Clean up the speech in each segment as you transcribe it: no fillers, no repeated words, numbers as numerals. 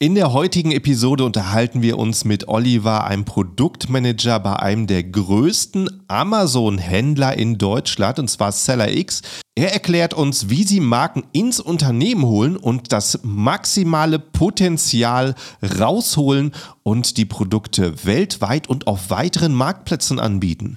In der heutigen Episode unterhalten wir uns mit Oliver, einem Produktmanager bei einem der größten Amazon-Händler in Deutschland, und zwar SellerX. Er erklärt uns, wie sie Marken ins Unternehmen holen und das maximale Potenzial rausholen und die Produkte weltweit und auf weiteren Marktplätzen anbieten.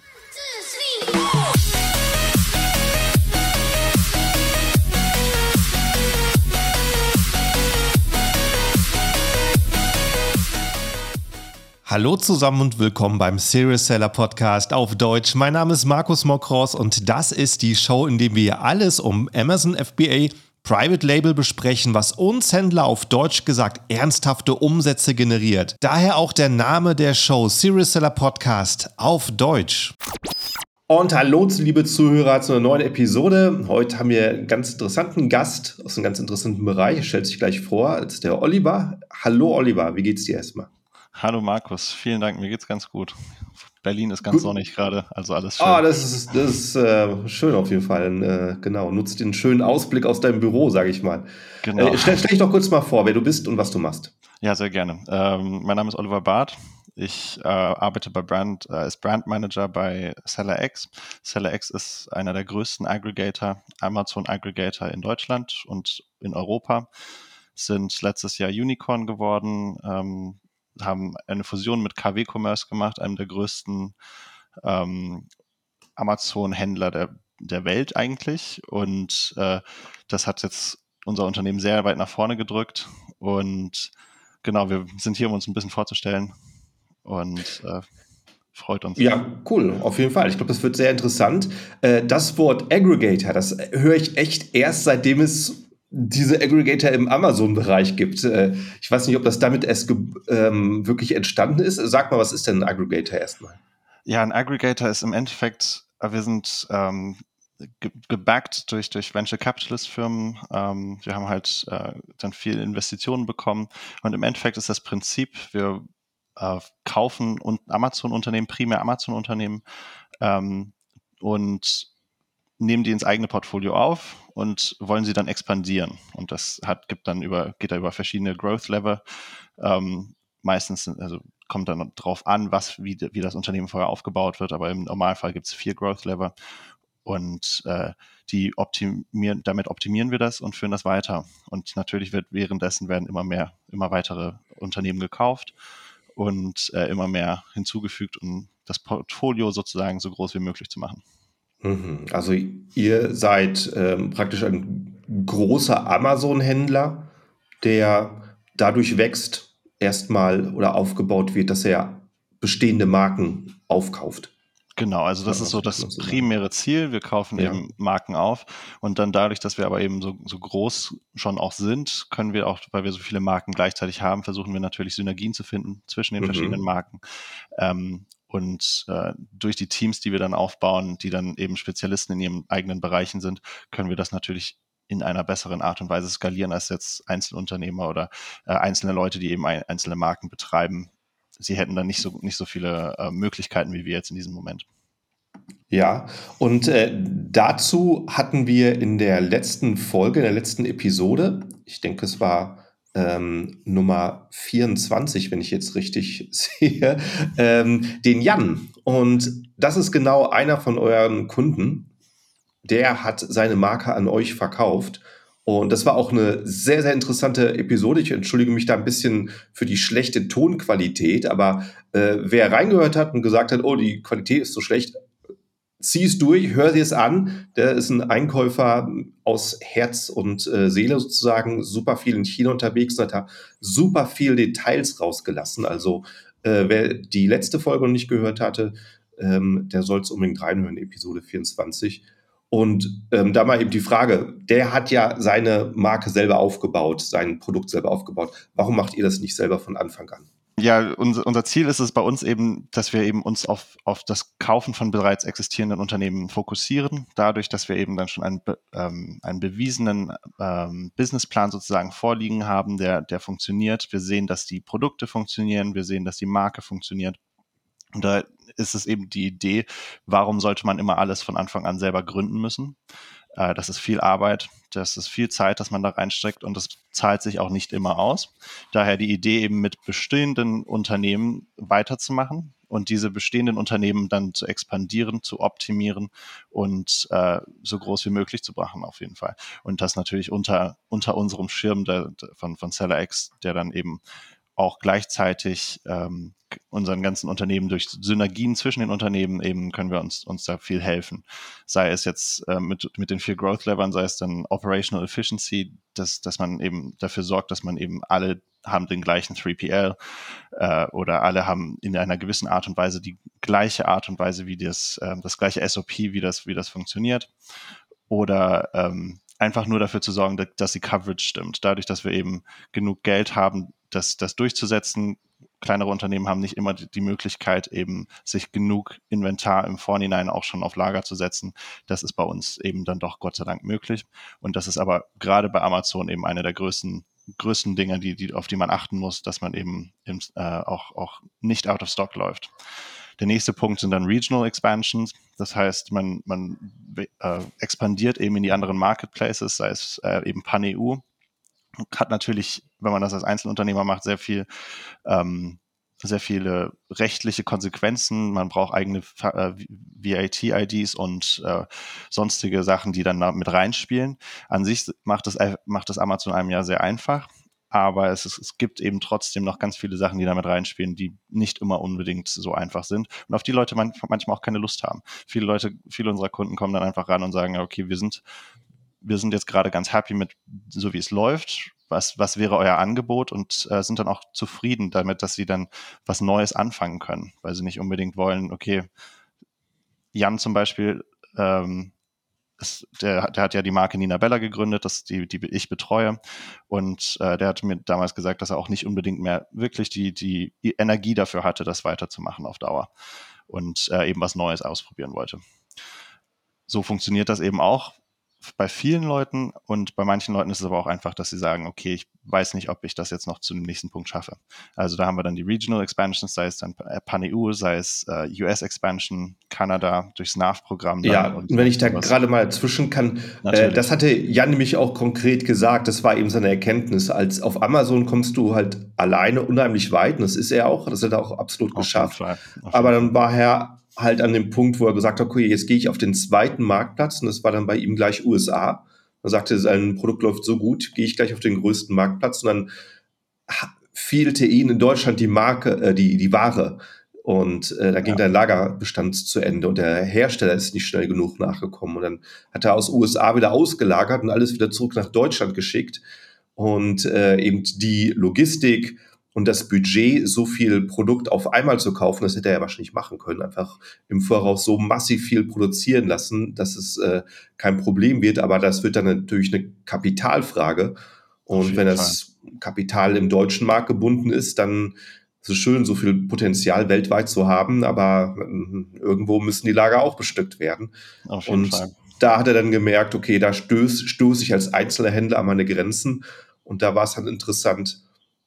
Hallo zusammen und willkommen beim Serious Seller Podcast auf Deutsch. Mein Name ist Markus Mokros und das ist die Show, in der wir alles um Amazon FBA Private Label besprechen, was uns Händler auf Deutsch gesagt ernsthafte Umsätze generiert. Daher auch der Name der Show, Serious Seller Podcast auf Deutsch. Und hallo, liebe Zuhörer, zu einer neuen Episode. Heute haben wir einen ganz interessanten Gast aus einem ganz interessanten Bereich. Er stellt sich gleich vor, als der Oliver. Hallo Oliver, wie geht's dir erstmal? Hallo Markus, vielen Dank, mir geht's ganz gut. Berlin ist ganz sonnig gerade, also alles schön. Das ist schön auf jeden Fall. Genau, nutzt den schönen Ausblick aus deinem Büro, sage ich mal. Genau. Stell dich doch kurz mal vor, wer du bist und was du machst. Ja, sehr gerne. Mein Name ist Oliver Barth. Ich arbeite als Brand Manager bei SellerX. SellerX ist einer der größten Aggregator, Amazon Aggregator in Deutschland und in Europa. Sind letztes Jahr Unicorn geworden, haben eine Fusion mit KW Commerce gemacht, einem der größten Amazon-Händler der Welt eigentlich. Und das hat jetzt unser Unternehmen sehr weit nach vorne gedrückt. Und genau, wir sind hier, um uns ein bisschen vorzustellen. Und freut uns. Ja, cool, auf jeden Fall. Ich glaube, das wird sehr interessant. Das Wort Aggregator, das höre ich echt erst, seitdem es diese Aggregator im Amazon-Bereich gibt. Ich weiß nicht, ob das damit erst wirklich entstanden ist. Sag mal, was ist denn ein Aggregator erstmal? Ja, ein Aggregator ist im Endeffekt, wir sind gebackt durch Venture Capitalist Firmen. Wir haben halt dann viel Investitionen bekommen. Und im Endeffekt ist das Prinzip, wir kaufen Amazon-Unternehmen, primär Amazon-Unternehmen, und nehmen die ins eigene Portfolio auf und wollen sie dann expandieren. Und das geht da über verschiedene Growth-Level. Meistens, also kommt dann drauf an, wie das Unternehmen vorher aufgebaut wird, aber im Normalfall gibt es 4 Growth-Level und damit optimieren wir das und führen das weiter. Und natürlich währenddessen werden immer weitere Unternehmen gekauft und immer mehr hinzugefügt, um das Portfolio sozusagen so groß wie möglich zu machen. Also ihr seid praktisch ein großer Amazon-Händler, der dadurch wächst erstmal oder aufgebaut wird, dass er bestehende Marken aufkauft. Genau, also das ist so das primäre Ziel. Wir kaufen eben Marken auf und dann dadurch, dass wir aber eben so groß schon auch sind, können wir auch, weil wir so viele Marken gleichzeitig haben, versuchen wir natürlich Synergien zu finden zwischen den verschiedenen Marken. Und durch die Teams, die wir dann aufbauen, die dann eben Spezialisten in ihren eigenen Bereichen sind, können wir das natürlich in einer besseren Art und Weise skalieren als jetzt Einzelunternehmer oder einzelne Leute, die eben einzelne Marken betreiben. Sie hätten dann nicht so viele Möglichkeiten wie wir jetzt in diesem Moment. Ja, und dazu hatten wir in der letzten Folge, in der letzten Episode, ich denke, es war Nummer 24, wenn ich jetzt richtig sehe, den Jan. Und das ist genau einer von euren Kunden. Der hat seine Marke an euch verkauft. Und das war auch eine sehr, sehr interessante Episode. Ich entschuldige mich da ein bisschen für die schlechte Tonqualität, aber wer reingehört hat und gesagt hat, oh, die Qualität ist so schlecht, zieh es durch, hör dir es an. Der ist ein Einkäufer aus Herz und Seele sozusagen, super viel in China unterwegs und hat da super viel Details rausgelassen. Also wer die letzte Folge noch nicht gehört hatte, der soll es unbedingt reinhören, Episode 24. Und da mal eben die Frage, der hat ja seine Marke selber aufgebaut, sein Produkt selber aufgebaut. Warum macht ihr das nicht selber von Anfang an? Ja, unser Ziel ist es bei uns eben, dass wir eben uns auf das Kaufen von bereits existierenden Unternehmen fokussieren, dadurch, dass wir eben dann schon einen bewiesenen Businessplan sozusagen vorliegen haben, der funktioniert. Wir sehen, dass die Produkte funktionieren, wir sehen, dass die Marke funktioniert. Und da ist es eben die Idee, warum sollte man immer alles von Anfang an selber gründen müssen? Das ist viel Arbeit, das ist viel Zeit, dass man da reinsteckt und das zahlt sich auch nicht immer aus. Daher die Idee eben mit bestehenden Unternehmen weiterzumachen und diese bestehenden Unternehmen dann zu expandieren, zu optimieren und so groß wie möglich zu machen auf jeden Fall. Und das natürlich unter unserem Schirm von SellerX, der dann eben auch gleichzeitig unseren ganzen Unternehmen durch Synergien zwischen den Unternehmen eben können wir uns da viel helfen. Sei es jetzt mit den 4 Growth-Levern, sei es dann Operational Efficiency, dass man eben dafür sorgt, dass man eben alle haben den gleichen 3PL oder alle haben in einer gewissen Art und Weise die gleiche Art und Weise, wie das gleiche SOP, wie das funktioniert. Oder einfach nur dafür zu sorgen, dass die Coverage stimmt. Dadurch, dass wir eben genug Geld haben, das durchzusetzen. Kleinere Unternehmen haben nicht immer die Möglichkeit, eben sich genug Inventar im Vorhinein auch schon auf Lager zu setzen. Das ist bei uns eben dann doch Gott sei Dank möglich. Und das ist aber gerade bei Amazon eben eine der größten Dinge, auf die man achten muss, dass man eben auch nicht out of stock läuft. Der nächste Punkt sind dann Regional Expansions. Das heißt, man expandiert eben in die anderen Marketplaces, sei es eben Pan-EU. Hat natürlich, wenn man das als Einzelunternehmer macht, sehr viele rechtliche Konsequenzen. Man braucht eigene VAT-IDs und sonstige Sachen, die dann mit reinspielen. An sich macht das Amazon einem ja sehr einfach. Aber es gibt eben trotzdem noch ganz viele Sachen, die damit reinspielen, die nicht immer unbedingt so einfach sind und auf die Leute manchmal auch keine Lust haben. Viele unserer Kunden kommen dann einfach ran und sagen, ja, okay, wir sind jetzt gerade ganz happy mit, so wie es läuft. Was wäre euer Angebot? Und sind dann auch zufrieden damit, dass sie dann was Neues anfangen können, weil sie nicht unbedingt wollen, okay, Jan zum Beispiel, der hat ja die Marke Nina Bella gegründet, die ich betreue. Und der hat mir damals gesagt, dass er auch nicht unbedingt mehr wirklich die Energie dafür hatte, das weiterzumachen auf Dauer und eben was Neues ausprobieren wollte. So funktioniert das eben auch bei vielen Leuten und bei manchen Leuten ist es aber auch einfach, dass sie sagen, okay, ich weiß nicht, ob ich das jetzt noch zu dem nächsten Punkt schaffe. Also da haben wir dann die Regional Expansions, sei es dann Pan-EU, sei es US Expansion, Kanada, durchs NAV-Programm dann. Ja, und wenn ich da gerade mal dazwischen kann, das hatte Jan nämlich auch konkret gesagt, das war eben seine Erkenntnis. Als auf Amazon kommst du halt alleine unheimlich weit und das ist er auch, das hat er auch absolut geschafft. Aber dann war er halt an dem Punkt, wo er gesagt hat, okay, jetzt gehe ich auf den zweiten Marktplatz und das war dann bei ihm gleich USA. Er sagte, sein Produkt läuft so gut, gehe ich gleich auf den größten Marktplatz und dann fehlte ihnen in Deutschland die Ware. Und da ging der Lagerbestand zu Ende und der Hersteller ist nicht schnell genug nachgekommen. Und dann hat er aus USA wieder ausgelagert und alles wieder zurück nach Deutschland geschickt. Und eben die Logistik und das Budget, so viel Produkt auf einmal zu kaufen, das hätte er ja wahrscheinlich machen können. Einfach im Voraus so massiv viel produzieren lassen, dass es kein Problem wird. Aber das wird dann natürlich eine Kapitalfrage. Und wenn das Kapital im deutschen Markt gebunden ist, dann ist es schön, so viel Potenzial weltweit zu haben, aber irgendwo müssen die Lager auch bestückt werden. Auf jeden Fall. Da hat er dann gemerkt, okay, da stoße ich als einzelner Händler an meine Grenzen. Und da war es dann interessant,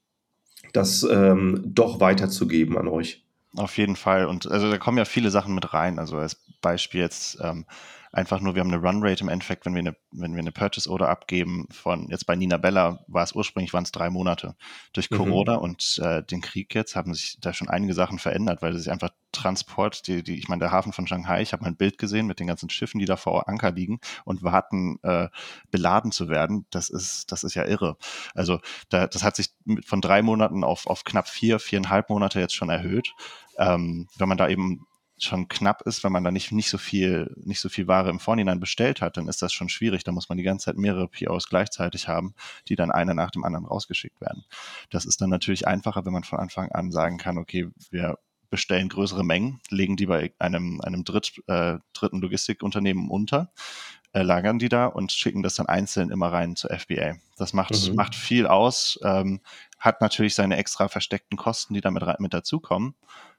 das doch weiterzugeben an euch. Auf jeden Fall. Und also da kommen ja viele Sachen mit rein. Also als Beispiel jetzt einfach nur, wir haben eine Runrate im Endeffekt, wenn wir eine Purchase Order abgeben jetzt bei Nina Bella waren es 3 Monate. Durch Corona und den Krieg jetzt haben sich da schon einige Sachen verändert, weil sich einfach Transport, ich meine, der Hafen von Shanghai, ich habe mal ein Bild gesehen mit den ganzen Schiffen, die da vor Anker liegen und warten, beladen zu werden. Das ist ja irre. Also das hat sich von 3 Monaten auf knapp 4,5 Monate jetzt schon erhöht. Wenn man da eben schon knapp ist, wenn man da nicht so viel Ware im Vorhinein bestellt hat, dann ist das schon schwierig. Da muss man die ganze Zeit mehrere POs gleichzeitig haben, die dann einer nach dem anderen rausgeschickt werden. Das ist dann natürlich einfacher, wenn man von Anfang an sagen kann, okay, wir bestellen größere Mengen, legen die bei einem dritten Logistikunternehmen unter, lagern die da und schicken das dann einzeln immer rein zur FBA. Das macht viel aus, hat natürlich seine extra versteckten Kosten, die damit dazukommen,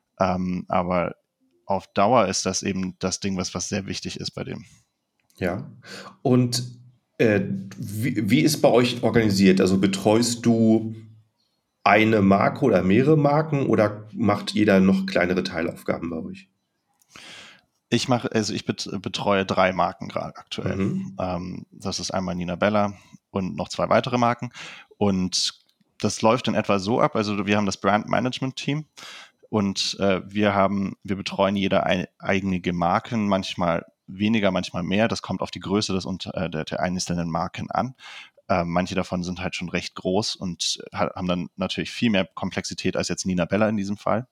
aber auf Dauer ist das eben das Ding, was sehr wichtig ist bei dem. Ja, und wie ist bei euch organisiert? Also betreust du eine Marke oder mehrere Marken oder macht jeder noch kleinere Teilaufgaben bei euch? Ich betreue 3 Marken gerade aktuell. Das ist einmal Nina Bella und noch 2 weitere Marken. Und das läuft in etwa so ab. Also wir haben das Brand Management Team und wir betreuen jede eigene Marken, manchmal weniger, manchmal mehr. Das kommt auf die Größe der einzelnen Marken an. Manche davon sind halt schon recht groß und haben dann natürlich viel mehr Komplexität als jetzt Nina Bella in diesem Fall.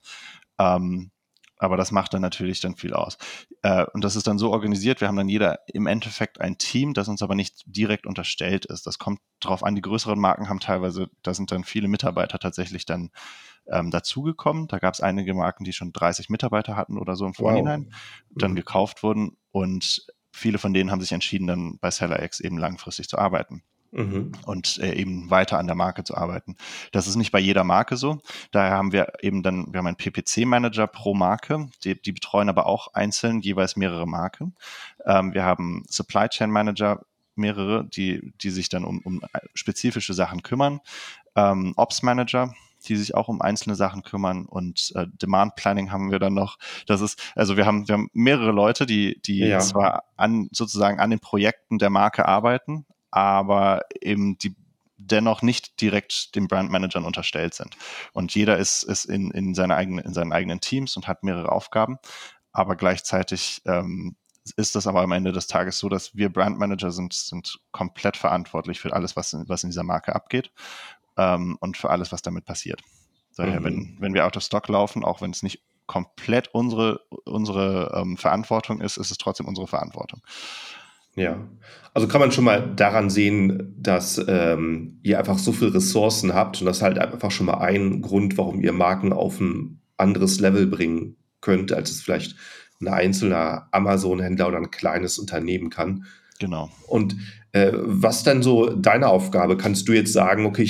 Aber das macht dann natürlich dann viel aus. Und das ist dann so organisiert, wir haben dann jeder im Endeffekt ein Team, das uns aber nicht direkt unterstellt ist. Das kommt drauf an, die größeren Marken haben teilweise, da sind dann viele Mitarbeiter tatsächlich dann dazugekommen. Da gab es einige Marken, die schon 30 Mitarbeiter hatten oder so im Vorhinein, dann gekauft wurden und viele von denen haben sich entschieden, dann bei SellerX eben langfristig zu arbeiten. Und eben weiter an der Marke zu arbeiten. Das ist nicht bei jeder Marke so. Daher haben wir eben dann, wir haben einen PPC-Manager pro Marke, die betreuen aber auch einzeln jeweils mehrere Marken. Wir haben Supply Chain Manager, mehrere, die sich dann um spezifische Sachen kümmern. Ops Manager, die sich auch um einzelne Sachen kümmern und Demand Planning haben wir dann noch. Das ist, also wir haben mehrere Leute, die zwar sozusagen an den Projekten der Marke arbeiten, aber eben die dennoch nicht direkt den Brandmanagern unterstellt sind. Und jeder ist in seinen eigenen Teams und hat mehrere Aufgaben, aber gleichzeitig ist das aber am Ende des Tages so, dass wir Brandmanager sind komplett verantwortlich für alles, was in dieser Marke abgeht und für alles, was damit passiert. Daher, wenn wir out of stock laufen, auch wenn es nicht komplett unsere Verantwortung ist, ist es trotzdem unsere Verantwortung. Ja, also kann man schon mal daran sehen, dass ihr einfach so viele Ressourcen habt und das ist halt einfach schon mal ein Grund, warum ihr Marken auf ein anderes Level bringen könnt, als es vielleicht ein einzelner Amazon-Händler oder ein kleines Unternehmen kann. Genau. Und was dann so deine Aufgabe? Kannst du jetzt sagen, okay,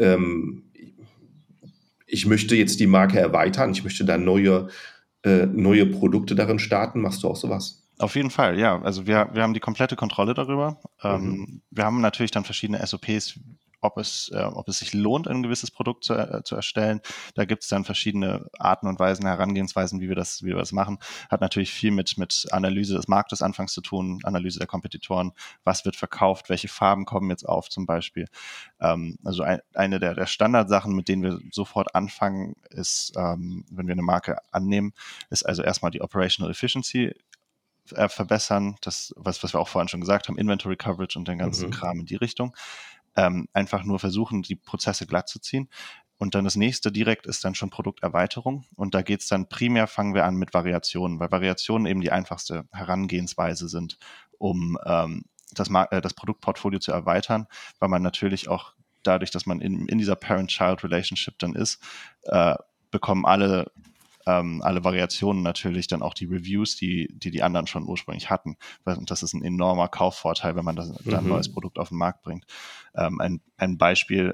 ich möchte jetzt die Marke erweitern, ich möchte da neue Produkte darin starten? Machst du auch sowas? Auf jeden Fall, ja. Also wir haben die komplette Kontrolle darüber. Wir haben natürlich dann verschiedene SOPs, ob es sich lohnt, ein gewisses Produkt zu erstellen. Da gibt es dann verschiedene Arten und Weisen, Herangehensweisen, wie wir das machen. Hat natürlich viel mit Analyse des Marktes anfangs zu tun, Analyse der Kompetitoren, was wird verkauft, welche Farben kommen jetzt auf zum Beispiel. Also eine der Standardsachen, mit denen wir sofort anfangen, ist, wenn wir eine Marke annehmen, ist also erstmal die Operational Efficiency verbessern, das, was wir auch vorhin schon gesagt haben, Inventory Coverage und den ganzen Kram in die Richtung. Einfach nur versuchen, die Prozesse glatt zu ziehen. Und dann das nächste direkt ist dann schon Produkterweiterung. Und da geht es dann primär, fangen wir an mit Variationen, weil Variationen eben die einfachste Herangehensweise sind, um das Produktportfolio zu erweitern, weil man natürlich auch dadurch, dass man in dieser Parent-Child-Relationship dann ist, bekommen alle Variationen natürlich dann auch die Reviews, die anderen schon ursprünglich hatten. Und das ist ein enormer Kaufvorteil, wenn man dann ein neues Produkt auf den Markt bringt. Ein Beispiel,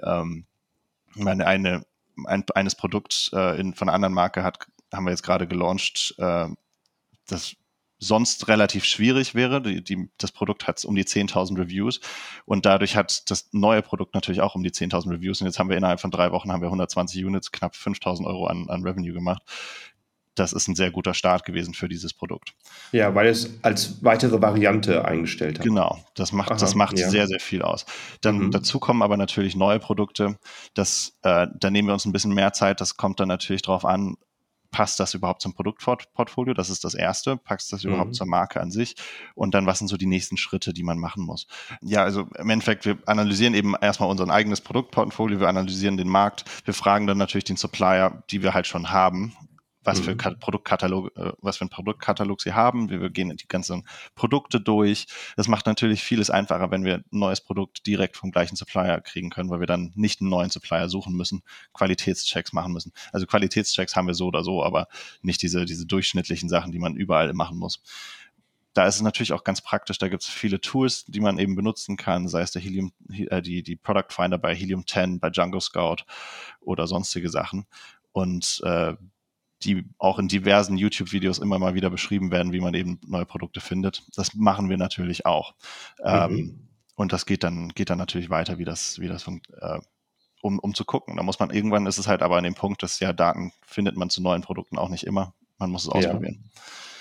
eines Produkt von einer anderen Marke haben wir jetzt gerade gelauncht, das sonst relativ schwierig wäre. Das Produkt hat um die 10.000 Reviews und dadurch hat das neue Produkt natürlich auch um die 10.000 Reviews und jetzt haben wir innerhalb von 3 Wochen 120 Units, knapp 5.000 € an Revenue gemacht. Das ist ein sehr guter Start gewesen für dieses Produkt. Ja, weil ihr es als weitere Variante eingestellt habt. Genau, das macht sehr, sehr viel aus. Dann dazu kommen aber natürlich neue Produkte. Da nehmen wir uns ein bisschen mehr Zeit. Das kommt dann natürlich drauf an, passt das überhaupt zum Produktportfolio? Das ist das Erste. Passt das überhaupt zur Marke an sich? Und dann, was sind so die nächsten Schritte, die man machen muss? Ja, also im Endeffekt, wir analysieren eben erstmal unser eigenes Produktportfolio, wir analysieren den Markt, wir fragen dann natürlich den Supplier, die wir halt schon haben, was für einen Produktkatalog sie haben. Wir gehen die ganzen Produkte durch. Das macht natürlich vieles einfacher, wenn wir ein neues Produkt direkt vom gleichen Supplier kriegen können, weil wir dann nicht einen neuen Supplier suchen müssen, Qualitätschecks machen müssen. Also Qualitätschecks haben wir so oder so, aber nicht diese durchschnittlichen Sachen, die man überall machen muss. Da ist es natürlich auch ganz praktisch, da gibt es viele Tools, die man eben benutzen kann, sei es die Product Finder bei Helium 10, bei Django Scout oder sonstige Sachen. Und die auch in diversen YouTube-Videos immer mal wieder beschrieben werden, wie man eben neue Produkte findet. Das machen wir natürlich auch. Und das geht dann natürlich weiter, wie das um zu gucken. Da muss man irgendwann, ist es halt aber an dem Punkt, dass ja Daten findet man zu neuen Produkten auch nicht immer. Man muss es ausprobieren.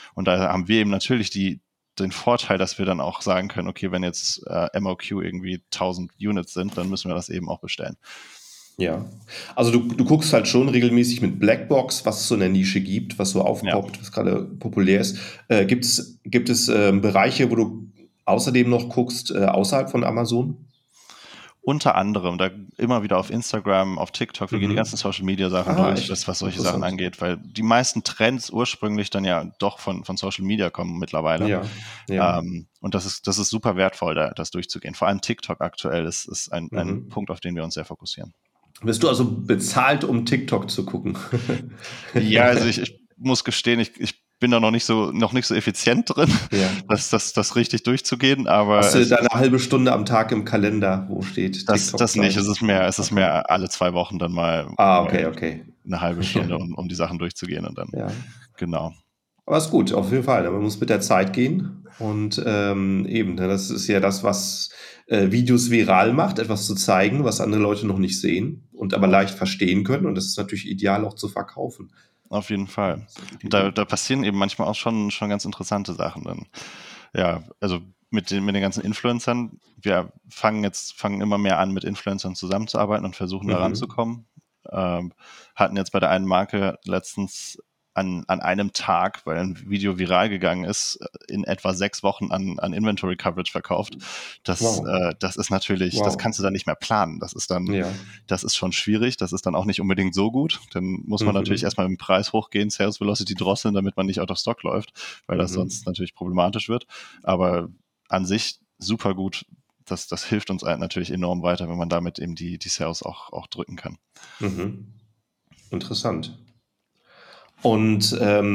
Und da haben wir eben natürlich den Vorteil, dass wir dann auch sagen können, okay, wenn jetzt MOQ irgendwie 1000 Units sind, dann müssen wir das eben auch bestellen. Ja, also du guckst halt schon regelmäßig mit Blackbox, was es so in der Nische gibt, was so aufpoppt, was gerade populär ist. Gibt es Bereiche, wo du außerdem noch guckst, außerhalb von Amazon? Unter anderem, da immer wieder auf Instagram, auf TikTok, wir gehen die ganzen Social-Media-Sachen durch, Echt? was solche Sachen angeht, weil die meisten Trends ursprünglich dann ja doch von Social Media kommen mittlerweile. Ja, ja. Und das ist super wertvoll, das durchzugehen. Vor allem TikTok aktuell ist ein Punkt, auf den wir uns sehr fokussieren. Wirst du also bezahlt, um TikTok zu gucken? Ja, also ich muss gestehen, ich bin da noch nicht so effizient drin, Ja. das richtig durchzugehen, aber Hast du da eine halbe Stunde am Tag im Kalender, wo steht das TikTok-Zeit? nicht. Es ist mehr alle 2 Wochen dann mal Okay. eine halbe Stunde, um die Sachen durchzugehen und dann, Ja. genau. Aber ist gut, auf jeden Fall. Man muss mit der Zeit gehen und eben, ne, das ist ja das, was Videos viral macht, etwas zu zeigen, was andere Leute noch nicht sehen und aber leicht verstehen können. Und das ist natürlich ideal auch zu verkaufen. Auf jeden Fall. Das ist eine gute Und Idee. da passieren eben manchmal auch schon ganz interessante Sachen dann. Ja, also mit den ganzen Influencern, wir fangen immer mehr an, mit Influencern zusammenzuarbeiten und versuchen da ranzukommen. Hatten jetzt bei der einen Marke letztens an einem Tag, weil ein Video viral gegangen ist, in etwa 6 Wochen an Inventory Coverage verkauft. Das ist natürlich, das kannst du dann nicht mehr planen. Das ist schon schwierig. Das ist dann auch nicht unbedingt so gut. Dann muss man natürlich erstmal im Preis hochgehen, Sales Velocity drosseln, damit man nicht out of stock läuft, weil das sonst natürlich problematisch wird. Aber an sich super gut. Das hilft uns natürlich enorm weiter, wenn man damit eben die Sales auch drücken kann. Interessant. Und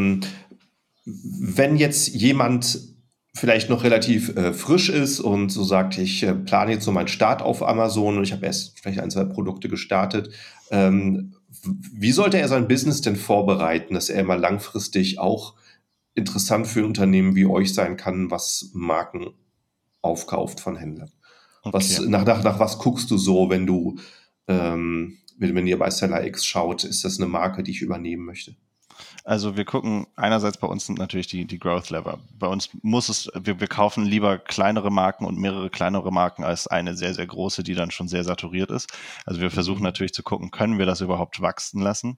wenn jetzt jemand vielleicht noch relativ frisch ist und so sagt, ich plane jetzt so meinen Start auf Amazon und ich habe erst vielleicht 1, 2 Produkte gestartet, wie sollte er sein Business denn vorbereiten, dass er mal langfristig auch interessant für ein Unternehmen wie euch sein kann, was Marken aufkauft von Händlern? Okay. Nach was guckst du so, wenn du, wenn ihr bei Seller X schaut, ist das eine Marke, die ich übernehmen möchte? Also wir gucken, einerseits bei uns sind natürlich die Growth Lever. Bei uns wir kaufen lieber kleinere Marken und mehrere kleinere Marken als eine sehr, sehr große, die dann schon sehr saturiert ist. Also wir versuchen natürlich zu gucken, können wir das überhaupt wachsen lassen?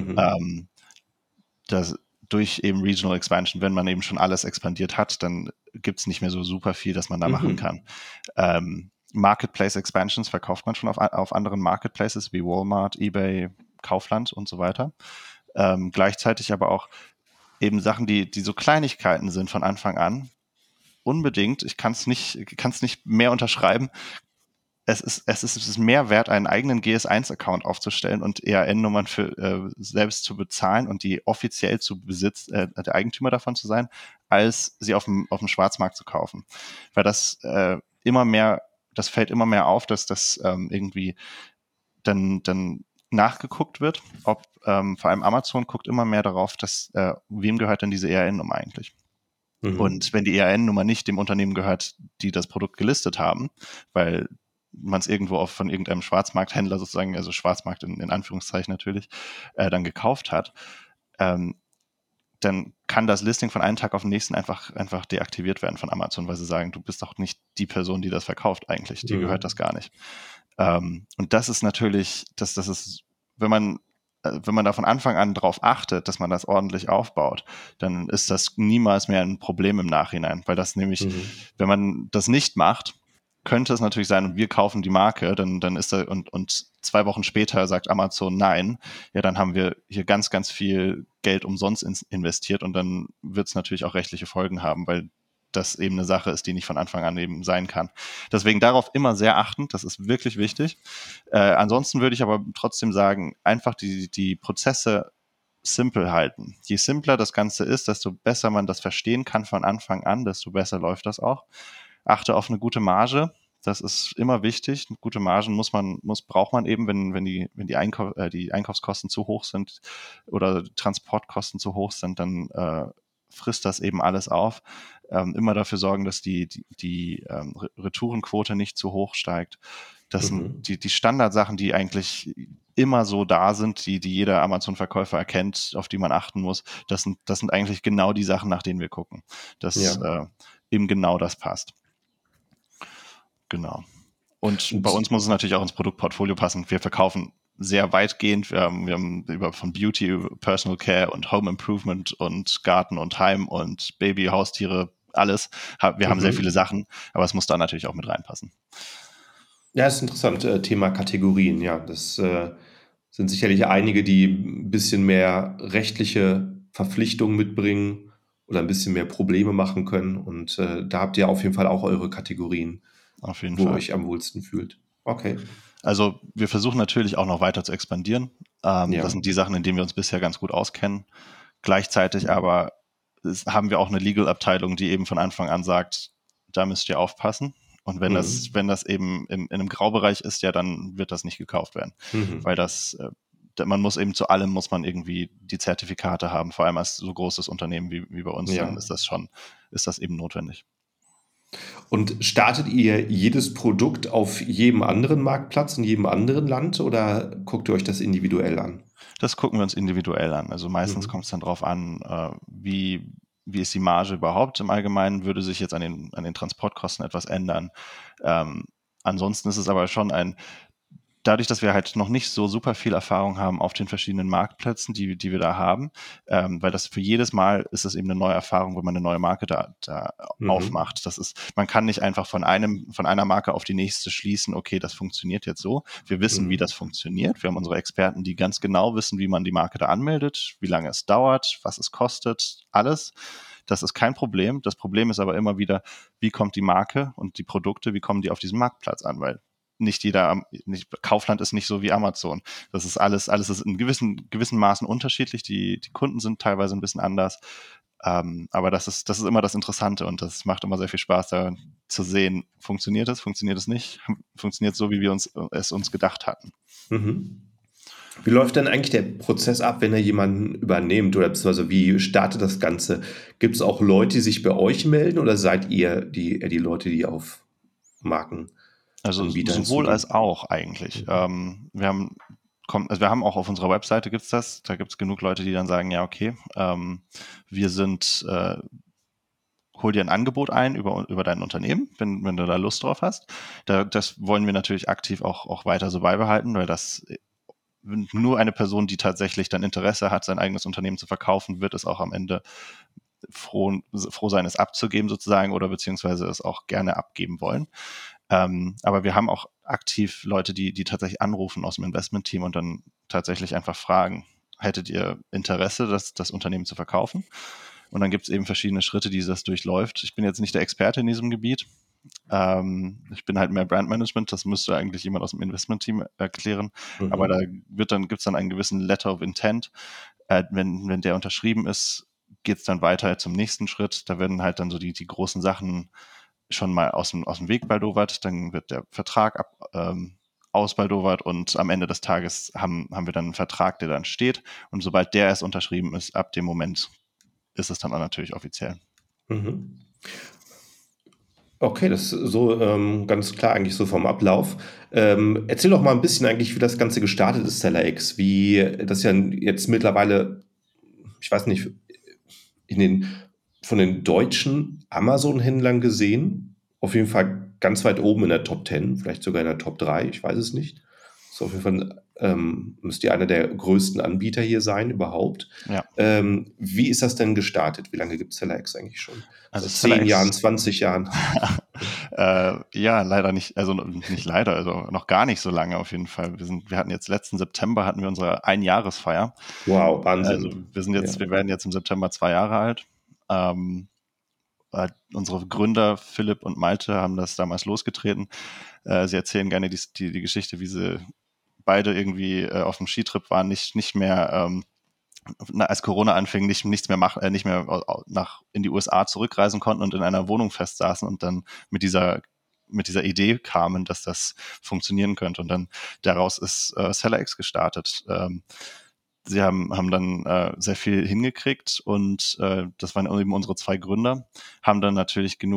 Das durch eben Regional Expansion, wenn man eben schon alles expandiert hat, dann gibt es nicht mehr so super viel, das man da machen kann. Marketplace Expansions verkauft man schon auf anderen Marketplaces wie Walmart, eBay, Kaufland und so weiter. Gleichzeitig aber auch eben Sachen, die so Kleinigkeiten sind von Anfang an. Unbedingt, ich kann es nicht mehr unterschreiben. Es ist mehr wert, einen eigenen GS1-Account aufzustellen und EAN-Nummern für selbst zu bezahlen und die offiziell der Eigentümer davon zu sein, als sie auf dem Schwarzmarkt zu kaufen. Weil das fällt immer mehr auf, dass das irgendwie dann nachgeguckt wird, vor allem Amazon guckt immer mehr darauf, dass wem gehört denn diese EAN-Nummer eigentlich? Und wenn die EAN-Nummer nicht dem Unternehmen gehört, die das Produkt gelistet haben, weil man es irgendwo von irgendeinem Schwarzmarkthändler sozusagen, also Schwarzmarkt in Anführungszeichen natürlich, dann gekauft hat, dann kann das Listing von einem Tag auf den nächsten einfach deaktiviert werden von Amazon, weil sie sagen, du bist doch nicht die Person, die das verkauft eigentlich, dir gehört das gar nicht. Und das ist natürlich, das ist, wenn man da von Anfang an drauf achtet, dass man das ordentlich aufbaut, dann ist das niemals mehr ein Problem im Nachhinein, weil das nämlich, wenn man das nicht macht, könnte es natürlich sein, und wir kaufen die Marke, dann ist da, und 2 Wochen später sagt Amazon nein, ja, dann haben wir hier ganz, ganz viel Geld umsonst investiert und dann wird es natürlich auch rechtliche Folgen haben, weil das eben eine Sache ist, die nicht von Anfang an eben sein kann. Deswegen darauf immer sehr achten, das ist wirklich wichtig. Ansonsten würde ich aber trotzdem sagen, einfach die Prozesse simpel halten. Je simpler das Ganze ist, desto besser man das verstehen kann von Anfang an, desto besser läuft das auch. Achte auf eine gute Marge. Das ist immer wichtig. Gute Margen braucht man eben, wenn die Einkaufskosten zu hoch sind oder Transportkosten zu hoch sind, dann frisst das eben alles auf. Immer dafür sorgen, dass die Retourenquote nicht zu hoch steigt. Das sind die Standardsachen, die eigentlich immer so da sind, die jeder Amazon-Verkäufer erkennt, auf die man achten muss. Das sind eigentlich genau die Sachen, nach denen wir gucken. Dass eben genau das passt. Genau. Und bei uns muss es natürlich auch ins Produktportfolio passen. Wir verkaufen sehr weitgehend. Wir haben von Beauty, Personal Care und Home Improvement und Garten und Heim und Baby, Haustiere, alles. Wir haben sehr viele Sachen, aber es muss da natürlich auch mit reinpassen. Ja, ist interessant, Thema Kategorien. Ja, das sind sicherlich einige, die ein bisschen mehr rechtliche Verpflichtungen mitbringen oder ein bisschen mehr Probleme machen können. Und da habt ihr auf jeden Fall auch eure Kategorien, auf jeden wo ihr Fall euch am wohlsten fühlt. Okay. Also wir versuchen natürlich auch noch weiter zu expandieren. Das sind die Sachen, in denen wir uns bisher ganz gut auskennen. Gleichzeitig aber haben wir auch eine Legal-Abteilung, die eben von Anfang an sagt, da müsst ihr aufpassen. Und wenn das eben in einem Graubereich ist, ja, dann wird das nicht gekauft werden. Weil man muss eben zu allem muss man irgendwie die Zertifikate haben, vor allem als so großes Unternehmen wie bei uns, dann ist das eben notwendig. Und startet ihr jedes Produkt auf jedem anderen Marktplatz, in jedem anderen Land oder guckt ihr euch das individuell an? Das gucken wir uns individuell an. Also meistens kommt es dann drauf an, wie ist die Marge überhaupt im Allgemeinen, würde sich jetzt an den Transportkosten etwas ändern. Ansonsten ist es aber schon dadurch, dass wir halt noch nicht so super viel Erfahrung haben auf den verschiedenen Marktplätzen, die wir da haben, weil das für jedes Mal ist es eben eine neue Erfahrung, wenn man eine neue Marke da aufmacht. Man kann nicht einfach von einer Marke auf die nächste schließen, okay, das funktioniert jetzt so. Wir wissen, wie das funktioniert. Wir haben unsere Experten, die ganz genau wissen, wie man die Marke da anmeldet, wie lange es dauert, was es kostet, alles. Das ist kein Problem. Das Problem ist aber immer wieder, wie kommt die Marke und die Produkte, wie kommen die auf diesen Marktplatz an? Weil Kaufland ist nicht so wie Amazon. Das ist alles ist in gewissen Maßen unterschiedlich. Die Kunden sind teilweise ein bisschen anders. Aber das ist immer das Interessante und das macht immer sehr viel Spaß, da zu sehen, funktioniert es nicht, funktioniert es so, wie wir es uns gedacht hatten. Wie läuft denn eigentlich der Prozess ab, wenn ihr jemanden übernehmt oder beziehungsweise wie startet das Ganze? Gibt es auch Leute, die sich bei euch melden oder seid ihr die Leute, die auf Markenanbieter Also sowohl als auch eigentlich. Wir haben auch auf unserer Webseite da gibt es genug Leute, die dann sagen, ja, okay, hol dir ein Angebot ein über dein Unternehmen, wenn du da Lust drauf hast. Das wollen wir natürlich aktiv auch weiter so beibehalten, weil das nur eine Person, die tatsächlich dann Interesse hat, sein eigenes Unternehmen zu verkaufen, wird es auch am Ende froh sein, es abzugeben sozusagen oder beziehungsweise es auch gerne abgeben wollen. Aber wir haben auch aktiv Leute, die tatsächlich anrufen aus dem Investment-Team und dann tatsächlich einfach fragen, hättet ihr Interesse, das Unternehmen zu verkaufen? Und dann gibt es eben verschiedene Schritte, die das durchläuft. Ich bin jetzt nicht der Experte in diesem Gebiet. Ich bin halt mehr Brandmanagement, das müsste eigentlich jemand aus dem Investment-Team erklären. Aber da gibt es dann einen gewissen Letter of Intent. Wenn der unterschrieben ist, geht es dann weiter zum nächsten Schritt. Da werden halt dann so die großen Sachen schon mal aus dem Weg baldowert, dann wird der Vertrag ausbaldowert und am Ende des Tages haben wir dann einen Vertrag, der dann steht und sobald der erst unterschrieben ist, ab dem Moment ist es dann auch natürlich offiziell. Okay, das ist so ganz klar eigentlich so vom Ablauf. Erzähl doch mal ein bisschen eigentlich, wie das Ganze gestartet ist, SellerX. Wie das ja jetzt mittlerweile, ich weiß nicht, von den deutschen Amazon-Händlern gesehen, auf jeden Fall ganz weit oben in der Top 10, vielleicht sogar in der Top 3, ich weiß es nicht. Ist auf jeden Fall, müsst ihr einer der größten Anbieter hier sein überhaupt. Ja. Wie ist das denn gestartet? Wie lange gibt es SellerX eigentlich schon? Also Seit 10 Jahren, 20 Jahren? Ja, leider nicht, also nicht leider, also noch gar nicht so lange auf jeden Fall. Wir hatten jetzt letzten September hatten wir unsere Einjahresfeier. Wow, Wahnsinn. Also wir werden jetzt im September 2 Jahre alt. Unsere Gründer Philipp und Malte haben das damals losgetreten. Sie erzählen gerne die Geschichte, wie sie beide irgendwie auf dem Skitrip waren, nicht mehr als Corona anfing, nicht mehr in die USA zurückreisen konnten und in einer Wohnung festsaßen und dann mit dieser Idee kamen, dass das funktionieren könnte. Und dann daraus ist SellerX gestartet. Sie haben dann sehr viel hingekriegt und das waren eben unsere 2 Gründer, haben dann natürlich genug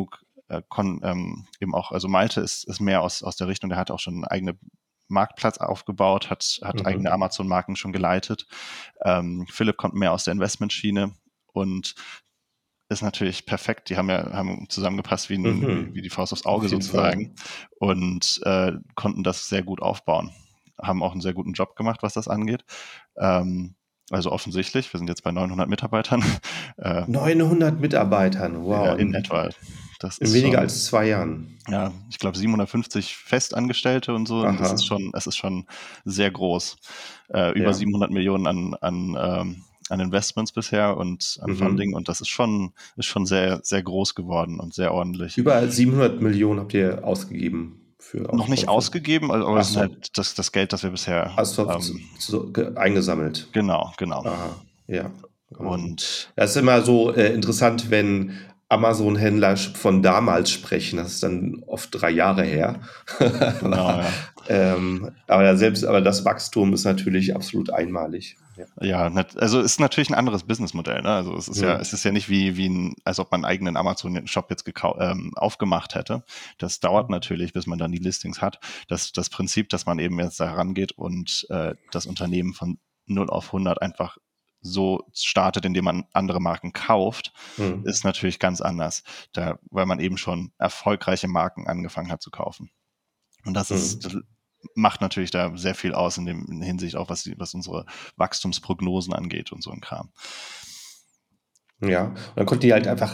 eben auch, also Malte ist mehr aus der Richtung, der hat auch schon einen eigenen Marktplatz aufgebaut, hat eigene Amazon-Marken schon geleitet. Philipp kommt mehr aus der Investmentschiene und ist natürlich perfekt. Die haben zusammengepasst wie die Faust aufs Auge sozusagen und konnten das sehr gut aufbauen. Haben auch einen sehr guten Job gemacht, was das angeht. Also offensichtlich, wir sind jetzt bei 900 Mitarbeitern. 900 Mitarbeitern, wow. In etwa. Das in ist weniger schon, als 2 Jahren. ja, ich glaube 750 Festangestellte und so. Und das ist schon sehr groß. Über 700 Millionen an Investments bisher und an Funding. Und das ist schon sehr, sehr groß geworden und sehr ordentlich. Über 700 Millionen habt ihr ausgegeben. Noch nicht ausgegeben, aber es ist halt das Geld, das wir bisher eingesammelt. Genau. Aha, ja. Und das ist immer so interessant, wenn Amazon-Händler von damals sprechen. Das ist dann oft 3 Jahre her. Genau, ja. Aber das Wachstum ist natürlich absolut einmalig. Ja, also ist natürlich ein anderes Businessmodell. Ne? Also es ist ja nicht wie als ob man einen eigenen Amazon-Shop jetzt aufgemacht hätte. Das dauert natürlich, bis man dann die Listings hat. Das Prinzip, dass man eben jetzt da rangeht und das Unternehmen von 0 auf 100 einfach so startet, indem man andere Marken kauft, ist natürlich ganz anders, weil man eben schon erfolgreiche Marken angefangen hat zu kaufen. Und das macht natürlich da sehr viel aus in Hinsicht auch, was unsere Wachstumsprognosen angeht und so ein Kram. Ja, und dann konnten die halt einfach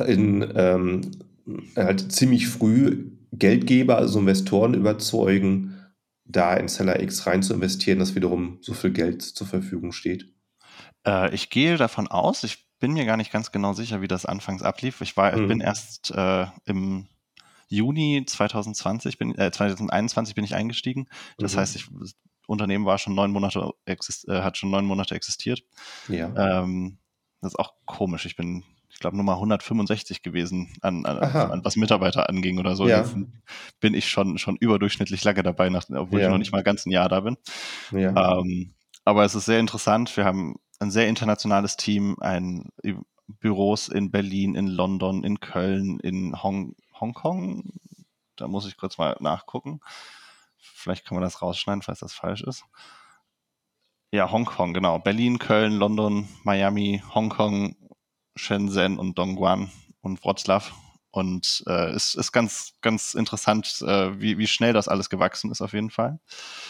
halt ziemlich früh Geldgeber, also Investoren überzeugen, da in Seller X rein zu investieren, dass wiederum so viel Geld zur Verfügung steht. Ich gehe davon aus, ich bin mir gar nicht ganz genau sicher, wie das anfangs ablief. Ich bin erst im Juni 2021 bin ich eingestiegen. Das heißt, das Unternehmen war schon 9 Monate hat schon 9 Monate existiert. Ja. Das ist auch komisch. Ich glaube, Nummer 165 gewesen, an was Mitarbeiter anging oder so. Ja. Jetzt bin ich schon überdurchschnittlich lange dabei, obwohl ich noch nicht mal ganz ein Jahr da bin. Ja. Aber es ist sehr interessant. Wir haben ein sehr internationales Team, Büros in Berlin, in London, in Köln, in Hongkong. Da muss ich kurz mal nachgucken. Vielleicht kann man das rausschneiden, falls das falsch ist. Ja, Hongkong, genau. Berlin, Köln, London, Miami, Hongkong, Shenzhen und Dongguan und Wroclaw. Und es ist ganz, ganz interessant, wie schnell das alles gewachsen ist auf jeden Fall.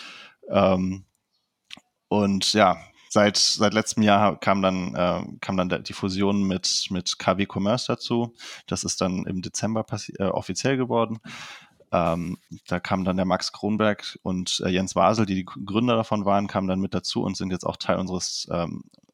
Und ja, seit letztem Jahr kam dann die Fusion mit KW Commerce dazu. Das ist dann im Dezember offiziell geworden. Da kam dann der Max Kronberg und Jens Wasel, die Gründer davon waren, kamen dann mit dazu und sind jetzt auch Teil unserer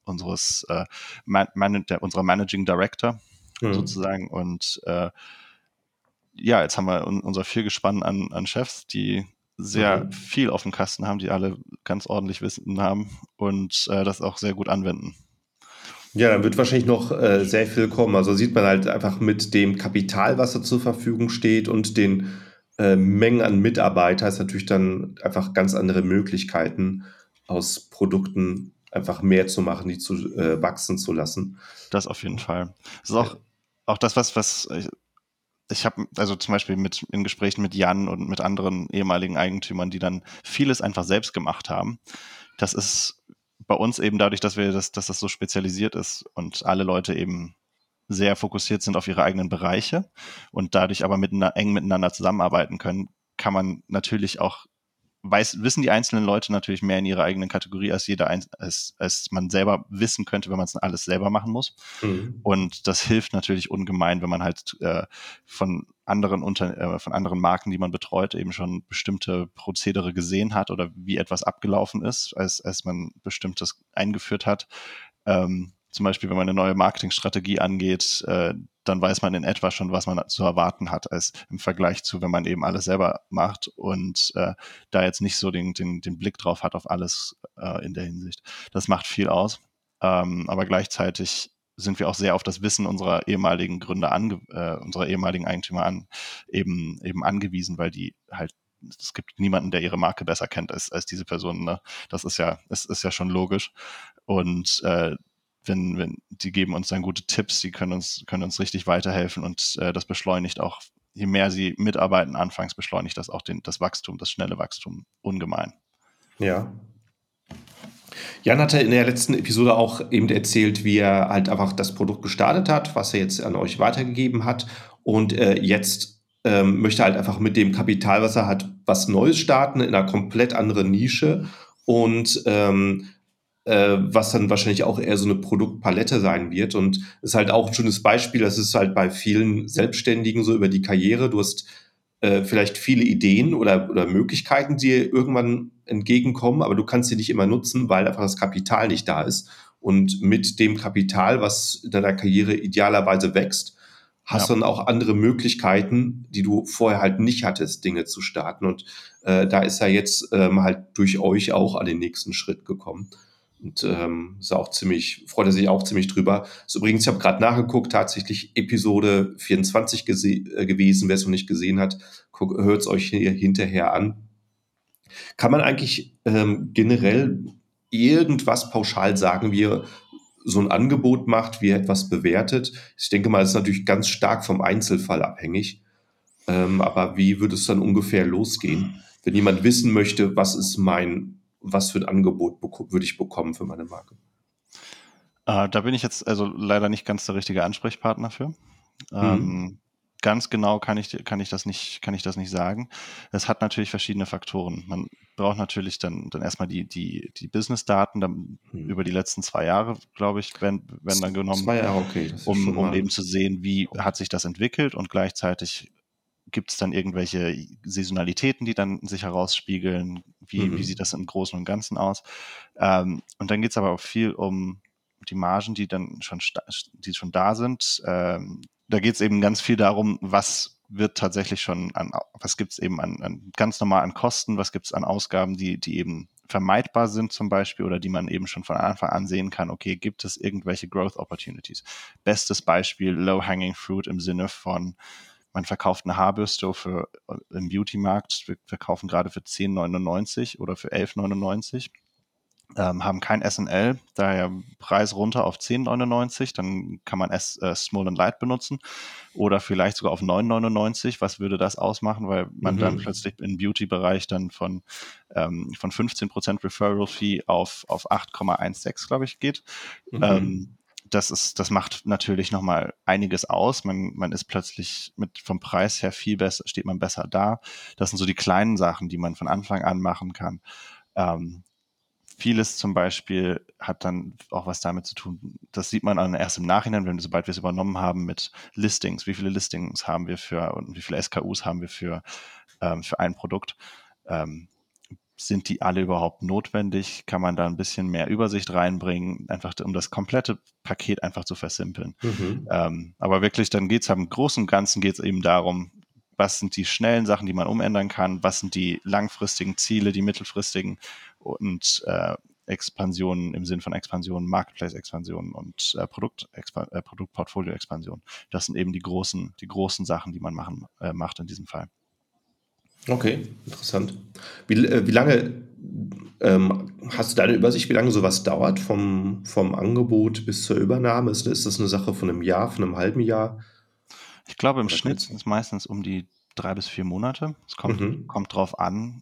Managing Director sozusagen. Und jetzt haben wir unser Viergespann an Chefs, die sehr viel auf dem Kasten haben, die alle ganz ordentlich Wissen haben und das auch sehr gut anwenden. Ja, dann wird wahrscheinlich noch sehr viel kommen. Also sieht man halt einfach mit dem Kapital, was da zur Verfügung steht und den Mengen an Mitarbeitern, ist natürlich dann einfach ganz andere Möglichkeiten, aus Produkten einfach mehr zu machen, die zu wachsen zu lassen. Das auf jeden Fall. Das ist auch das, was ich habe, also zum Beispiel in Gesprächen mit Jan und mit anderen ehemaligen Eigentümern, die dann vieles einfach selbst gemacht haben. Das ist bei uns eben dadurch, dass das so spezialisiert ist und alle Leute eben sehr fokussiert sind auf ihre eigenen Bereiche und dadurch aber eng miteinander zusammenarbeiten können, kann man natürlich auch wissen die einzelnen Leute natürlich mehr in ihrer eigenen Kategorie als man selber wissen könnte, wenn man es alles selber machen muss. Und das hilft natürlich ungemein, wenn man halt von anderen Marken, die man betreut, eben schon bestimmte Prozedere gesehen hat oder wie etwas abgelaufen ist, als man Bestimmtes eingeführt hat. Zum Beispiel, wenn man eine neue Marketingstrategie angeht, dann weiß man in etwa schon, was man zu erwarten hat, als im Vergleich zu, wenn man eben alles selber macht und da jetzt nicht so den Blick drauf hat auf alles in der Hinsicht. Das macht viel aus, aber gleichzeitig sind wir auch sehr auf das Wissen unserer ehemaligen Gründer, unserer ehemaligen Eigentümer eben angewiesen, weil die halt, es gibt niemanden, der ihre Marke besser kennt als diese Person. Ne? Das ist ja schon logisch. Und wenn die geben uns dann gute Tipps, die können uns richtig weiterhelfen und das beschleunigt auch je mehr sie mitarbeiten anfangs, beschleunigt das auch das Wachstum, das schnelle Wachstum ungemein. Ja. Jan hatte in der letzten Episode auch eben erzählt, wie er halt einfach das Produkt gestartet hat, was er jetzt an euch weitergegeben hat und jetzt möchte halt einfach mit dem Kapital, was er hat, was Neues starten in einer komplett anderen Nische und was dann wahrscheinlich auch eher so eine Produktpalette sein wird. Und ist halt auch ein schönes Beispiel, das ist halt bei vielen Selbstständigen so über die Karriere. Du hast vielleicht viele Ideen oder Möglichkeiten, die dir irgendwann entgegenkommen, aber du kannst sie nicht immer nutzen, weil einfach das Kapital nicht da ist. Und mit dem Kapital, was in deiner Karriere idealerweise wächst, hast du dann auch andere Möglichkeiten, die du vorher halt nicht hattest, Dinge zu starten. Und da ist er jetzt halt durch euch auch an den nächsten Schritt gekommen. Und ist auch ziemlich, freut er sich auch ziemlich drüber. Ist übrigens, ich habe gerade nachgeguckt, tatsächlich Episode 24 gewesen. Wer es noch nicht gesehen hat, hört es euch hier hinterher an. Kann man eigentlich generell irgendwas pauschal sagen, wie ihr so ein Angebot macht, wie ihr etwas bewertet? Ich denke mal, es ist natürlich ganz stark vom Einzelfall abhängig. Aber wie würde es dann ungefähr losgehen, wenn jemand wissen möchte, was für ein Angebot würde ich bekommen für meine Marke? Da bin ich jetzt also leider nicht ganz der richtige Ansprechpartner für. Mhm. Ganz genau kann ich das nicht sagen. Es hat natürlich verschiedene Faktoren. Man braucht natürlich dann erstmal die Business-Daten dann Mhm. über die letzten 2 Jahre, glaube ich, werden dann genommen, 2 Jahre, okay, das ist schon um mal eben zu sehen, wie hat sich das entwickelt, und gleichzeitig gibt es dann irgendwelche Saisonalitäten, die dann sich herausspiegeln, wie sieht das im Großen und Ganzen aus. Und dann geht es aber auch viel um die Margen, die dann schon da sind. Da geht es eben ganz viel darum, was wird tatsächlich was gibt es eben an ganz normal an Kosten, was gibt es an Ausgaben, die eben vermeidbar sind zum Beispiel, oder die man eben schon von Anfang an sehen kann, okay, gibt es irgendwelche Growth Opportunities? Bestes Beispiel, Low-Hanging Fruit im Sinne von, man verkauft eine Haarbürste im Beauty-Markt, wir verkaufen gerade für 10,99 oder für 11,99, haben kein SNL, daher Preis runter auf 10,99, dann kann man Small and Light benutzen oder vielleicht sogar auf 9,99. Was würde das ausmachen, weil man dann Mhm. plötzlich im Beauty-Bereich dann von 15% Referral-Fee auf 8,16, glaube ich, geht. Mhm. Das macht natürlich nochmal einiges aus. Man ist plötzlich vom Preis her viel besser, steht man besser da. Das sind so die kleinen Sachen, die man von Anfang an machen kann. Vieles zum Beispiel hat dann auch was damit zu tun, das sieht man dann erst im Nachhinein, sobald wir es übernommen haben, mit Listings. Wie viele Listings haben wir und wie viele SKUs haben wir für ein Produkt? Sind die alle überhaupt notwendig? Kann man da ein bisschen mehr Übersicht reinbringen, einfach um das komplette Paket einfach zu versimpeln? Mhm. Aber wirklich, dann geht es im Großen und Ganzen geht's eben darum, was sind die schnellen Sachen, die man umändern kann, was sind die langfristigen Ziele, die mittelfristigen, und Expansionen im Sinn von Expansionen, Marketplace-Expansionen und Produktportfolio-Expansion. Das sind eben die großen Sachen, die man macht in diesem Fall. Okay, interessant. Wie lange hast du da eine Übersicht, wie lange sowas dauert vom Angebot bis zur Übernahme? Ist das eine Sache von einem Jahr, von einem halben Jahr? Ich glaube, im Oder Schnitt kannst sind es meistens um die 3 bis 4 Monate. Es Mhm. kommt drauf an,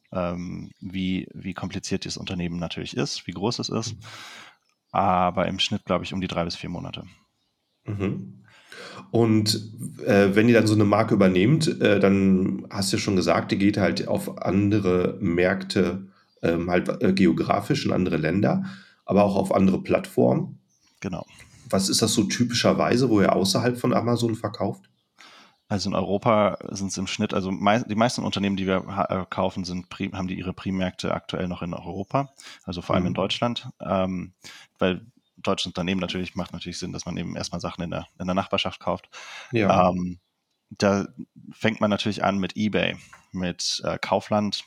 wie kompliziert das Unternehmen natürlich ist, wie groß es ist. Aber im Schnitt, glaube ich, um die 3 bis 4 Monate. Mhm. Und wenn ihr dann so eine Marke übernehmt, dann hast du ja schon gesagt, ihr geht halt auf andere Märkte, halt geografisch in andere Länder, aber auch auf andere Plattformen. Genau. Was ist das so typischerweise, wo ihr außerhalb von Amazon verkauft? Also in Europa sind es im Schnitt, also die meisten Unternehmen, die wir kaufen, haben ihre Primmärkte aktuell noch in Europa, also vor allem in Mhm. Deutschland, weil deutsche Unternehmen macht natürlich Sinn, dass man eben erstmal Sachen in der Nachbarschaft kauft. Ja. Ähm, Da fängt man natürlich an mit eBay, mit Kaufland,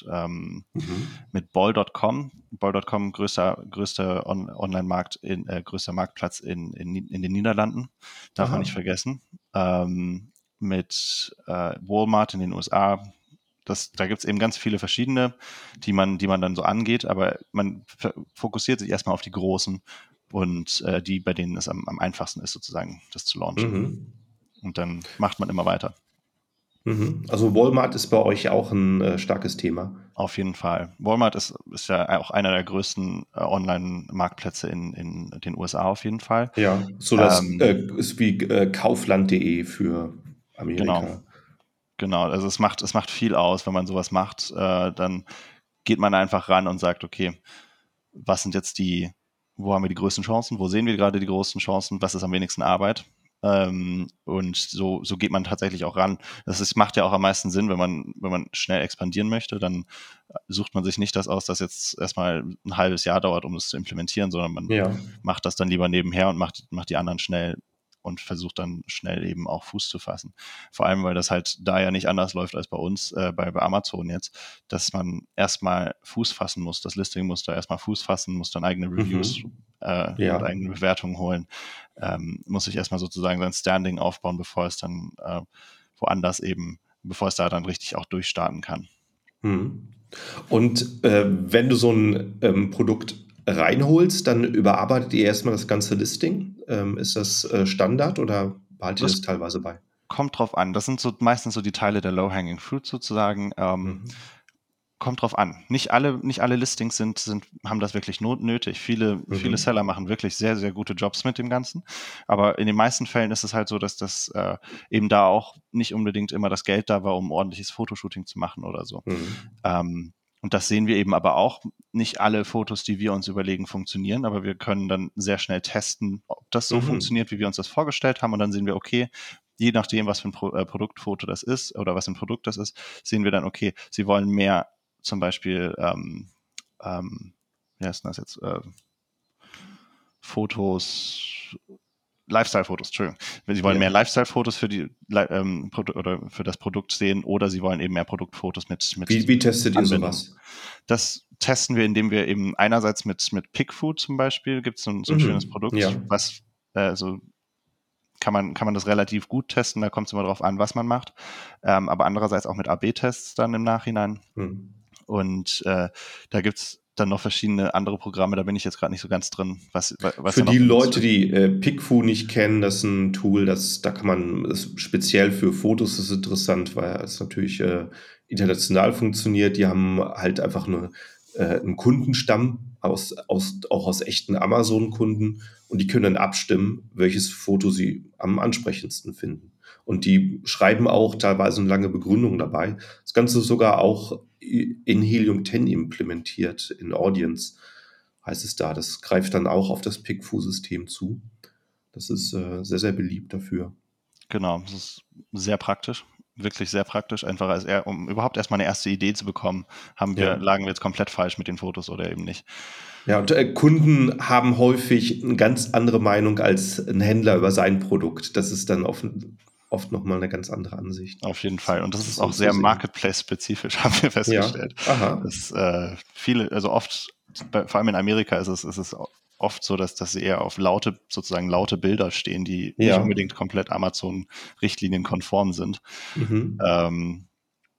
Mhm. mit Bol.com. Bol.com, größter Online-Markt, größter Marktplatz in den Niederlanden, darf man nicht Aha. vergessen. Mit Walmart in den USA. Da gibt es eben ganz viele verschiedene, die man dann so angeht, aber man fokussiert sich erstmal auf die großen und die, bei denen es am einfachsten ist, sozusagen, das zu launchen. Mhm. Und dann macht man immer weiter. Also Walmart ist bei euch auch ein starkes Thema. Auf jeden Fall. Walmart ist ja auch einer der größten Online-Marktplätze in den USA auf jeden Fall. Ja, so das ist wie Kaufland.de für Genau, Amerika. genau. Also es macht viel aus, wenn man sowas macht. Dann geht man einfach ran und sagt, okay, was sind jetzt wo haben wir die größten Chancen, wo sehen wir gerade die größten Chancen, was ist am wenigsten Arbeit? Und so geht man tatsächlich auch ran. Macht ja auch am meisten Sinn, wenn man schnell expandieren möchte, dann sucht man sich nicht das aus, das jetzt erstmal ein halbes Jahr dauert, um es zu implementieren, sondern man Ja. macht das dann lieber nebenher und macht die anderen schnell und versucht dann schnell eben auch Fuß zu fassen. Vor allem, weil das halt da ja nicht anders läuft als bei uns, bei Amazon jetzt, dass man erstmal Fuß fassen muss. Das Listing muss da erstmal Fuß fassen, muss dann eigene Reviews und Ja. eigene Bewertungen holen, muss sich erstmal sozusagen sein Standing aufbauen, bevor es dann bevor es da dann richtig auch durchstarten kann. Und wenn du so ein Produkt reinholst, dann überarbeitet ihr erstmal das ganze Listing. Ist das Standard oder behaltet ihr das Das teilweise bei? kommt drauf an. Das sind meistens so die Teile der Low-Hanging Fruit sozusagen. Mhm. Kommt drauf an. Nicht alle Listings haben das wirklich nötig. Viele Mhm. Seller machen wirklich sehr, sehr gute Jobs mit dem Ganzen. Aber in den meisten Fällen ist es halt so, dass das eben da auch nicht unbedingt immer das Geld da war, um ordentliches Fotoshooting zu machen oder so. Mhm. Und das sehen wir eben aber auch. Nicht alle Fotos, die wir uns überlegen, funktionieren, aber wir können dann sehr schnell testen, ob das so Mhm. funktioniert, wie wir uns das vorgestellt haben. Und dann sehen wir, okay, je nachdem, was für ein Produktfoto das ist oder was für ein Produkt das ist, sehen wir dann, okay, sie wollen mehr zum Beispiel, wie heißt das jetzt, Lifestyle-Fotos, Entschuldigung. Sie wollen mehr Ja. Lifestyle-Fotos oder für das Produkt sehen oder sie wollen eben mehr Produktfotos mit Wie testet ihr Anbindung. sowas? Das testen wir, indem wir eben einerseits mit Pickfood zum Beispiel, gibt es so ein schönes Produkt, Ja. was so kann man das relativ gut testen, da kommt es immer drauf an, was man macht. Aber andererseits auch mit AB-Tests dann im Nachhinein. Mhm. Und da gibt es dann noch verschiedene andere Programme, da bin ich jetzt gerade nicht so ganz drin, was Für da noch die benutzt Leute, wird. die PickFu nicht kennen, das ist ein Tool, da kann man speziell für Fotos ist interessant, weil es natürlich international funktioniert. Die haben halt einfach einen Kundenstamm auch aus echten Amazon-Kunden und die können dann abstimmen, welches Foto sie am ansprechendsten finden. Und die schreiben auch teilweise eine lange Begründung dabei. Das Ganze ist sogar auch in Helium 10 implementiert, in Audience heißt es da. Das greift dann auch auf das PickFu-System zu. Das ist sehr, sehr beliebt dafür. Genau, das ist sehr praktisch, wirklich sehr praktisch, einfach um überhaupt erstmal eine erste Idee zu bekommen, Ja. lagen wir jetzt komplett falsch mit den Fotos oder eben nicht. Ja, und Kunden haben häufig eine ganz andere Meinung als ein Händler über sein Produkt. Das ist dann oft nochmal eine ganz andere Ansicht. Auf jeden Fall. Und das ist So auch zu sehr sehen. Marketplace-spezifisch, haben wir Ja, festgestellt. aha. Dass also oft, vor allem in Amerika ist es oft so, dass sie eher auf sozusagen laute Bilder stehen, die nicht Ja. unbedingt komplett Amazon-Richtlinien konform sind. Mhm. Ähm,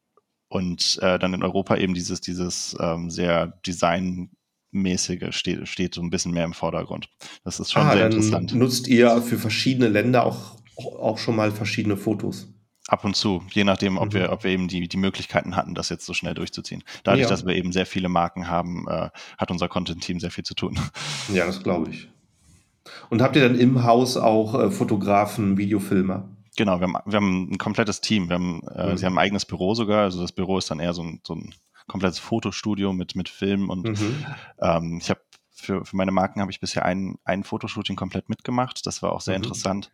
und dann in Europa eben dieses sehr designmäßige steht so ein bisschen mehr im Vordergrund. Das ist schon sehr Dann interessant. nutzt ihr für verschiedene Länder auch schon mal verschiedene Fotos. Ab und zu, je nachdem, ob Mhm. wir eben die Möglichkeiten hatten, das jetzt so schnell durchzuziehen. Dadurch, Ja, dass wir eben sehr viele Marken haben, hat unser Content-Team sehr viel zu tun. ja, das glaube ich. Und habt ihr dann im Haus auch Fotografen, Videofilmer? Genau, wir haben ein komplettes Team. Sie haben ein Mhm. eigenes Büro sogar. Also das Büro ist dann eher so ein komplettes Fotostudio mit Film und Mhm. ich habe für meine Marken habe ich bisher ein Fotoshooting komplett mitgemacht. Das war auch sehr Mhm. interessant.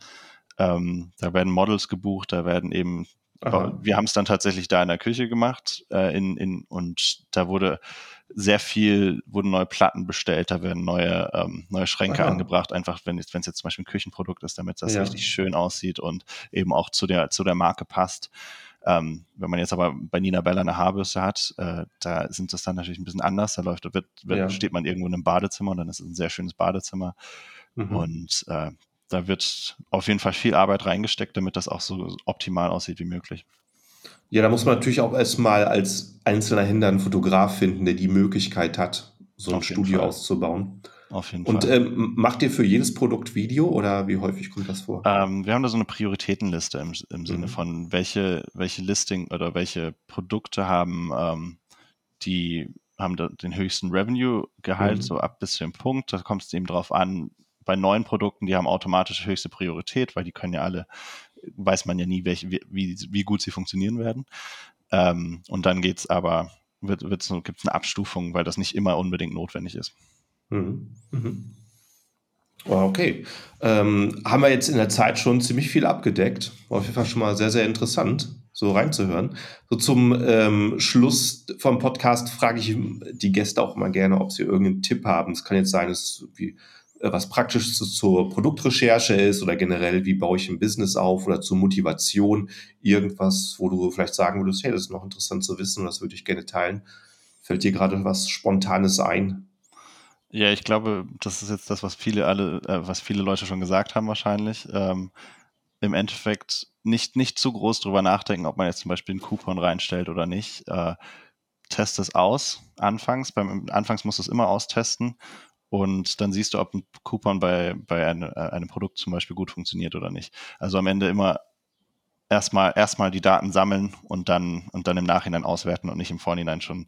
Da werden Models gebucht, da werden eben, Aha. wir haben es dann tatsächlich da in der Küche gemacht, und da wurden neue Platten bestellt, da werden neue Schränke Aha. angebracht, einfach wenn es jetzt zum Beispiel ein Küchenprodukt ist, damit das Ja. richtig schön aussieht und eben auch zu der Marke passt. Wenn man jetzt aber bei Nina Bella eine Haarbürste hat, da sind das dann natürlich ein bisschen anders. Ja. Steht man irgendwo in einem Badezimmer und dann ist es ein sehr schönes Badezimmer. Mhm. Und da wird auf jeden Fall viel Arbeit reingesteckt, damit das auch so optimal aussieht wie möglich. Ja, da muss man natürlich auch erstmal als einzelner Händler einen Fotograf finden, der die Möglichkeit hat, so ein Auf jeden Studio Fall. auszubauen. Auf jeden Und Fall. macht ihr für jedes Produkt Video oder wie häufig kommt das vor? Wir haben da so eine Prioritätenliste im Sinne von welche Listing oder welche Produkte haben den höchsten Revenue-Gehalt, so ab bis zu dem Punkt. Da kommt es eben drauf an, bei neuen Produkten, die haben automatisch höchste Priorität, weil die können ja alle, weiß man ja nie, wie gut sie funktionieren werden. Und dann geht's aber, gibt's eine Abstufung, weil das nicht immer unbedingt notwendig ist. Okay. Haben wir jetzt in der Zeit schon ziemlich viel abgedeckt. War auf jeden Fall schon mal sehr, sehr interessant, so reinzuhören. So zum Schluss vom Podcast frage ich die Gäste auch immer gerne, ob sie irgendeinen Tipp haben. Es kann jetzt sein, dass was Praktisches zur Produktrecherche ist oder generell, wie baue ich ein Business auf oder zur Motivation irgendwas, wo du vielleicht sagen würdest, hey, das ist noch interessant zu wissen und das würde ich gerne teilen. Fällt dir gerade was Spontanes ein? Ja, ich glaube, das ist jetzt das, was viele Leute schon gesagt haben wahrscheinlich. Im Endeffekt nicht zu groß drüber nachdenken, ob man jetzt zum Beispiel einen Coupon reinstellt oder nicht. Test es aus anfangs. Anfangs musst du es immer austesten und dann siehst du, ob ein Coupon bei einem Produkt zum Beispiel gut funktioniert oder nicht. Also am Ende immer erstmal die Daten sammeln und dann im Nachhinein auswerten und nicht im Vorhinein schon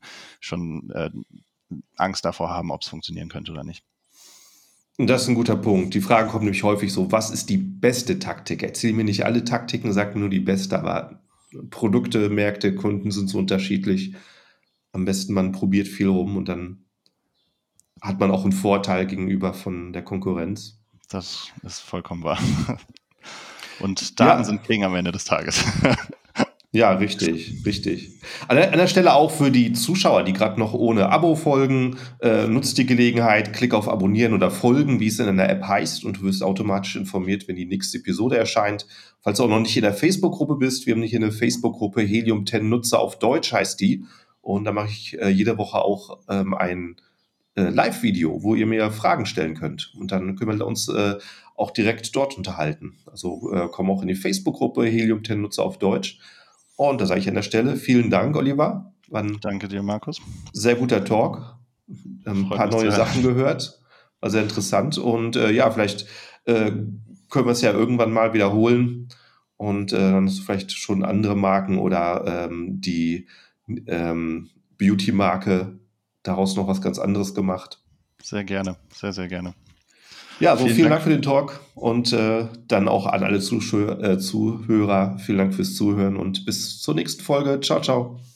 Angst davor haben, ob es funktionieren könnte oder nicht. Das ist ein guter Punkt. Die Frage kommt nämlich häufig so: Was ist die beste Taktik? Erzähl mir nicht alle Taktiken, sag mir nur die beste, aber Produkte, Märkte, Kunden sind so unterschiedlich. Am besten, man probiert viel rum und dann hat man auch einen Vorteil gegenüber von der Konkurrenz. Das ist vollkommen wahr. Und Daten sind King am Ende des Tages. Ja, richtig, richtig. An der Stelle auch für die Zuschauer, die gerade noch ohne Abo folgen, nutzt die Gelegenheit, klick auf Abonnieren oder Folgen, wie es in der App heißt, und du wirst automatisch informiert, wenn die nächste Episode erscheint. Falls du auch noch nicht in der Facebook-Gruppe bist, wir haben hier eine Facebook-Gruppe, Helium 10 Nutzer auf Deutsch heißt die. Und da mache ich jede Woche auch ein Live-Video, wo ihr mir Fragen stellen könnt. Und dann können wir uns auch direkt dort unterhalten. Also komm auch in die Facebook-Gruppe, Helium 10 Nutzer auf Deutsch. Und da sage ich an der Stelle vielen Dank, Oliver. War ein Danke dir, Markus. sehr guter Talk. Ein paar neue Sachen gehört. War sehr interessant. Und ja, vielleicht können wir es ja irgendwann mal wiederholen. Und dann hast du vielleicht schon andere Marken oder die Beauty-Marke daraus noch was ganz anderes gemacht. Sehr gerne, sehr, sehr gerne. Ja, also vielen Dank für den Talk und dann auch an alle Zuhörer. Vielen Dank fürs Zuhören und bis zur nächsten Folge. Ciao, ciao.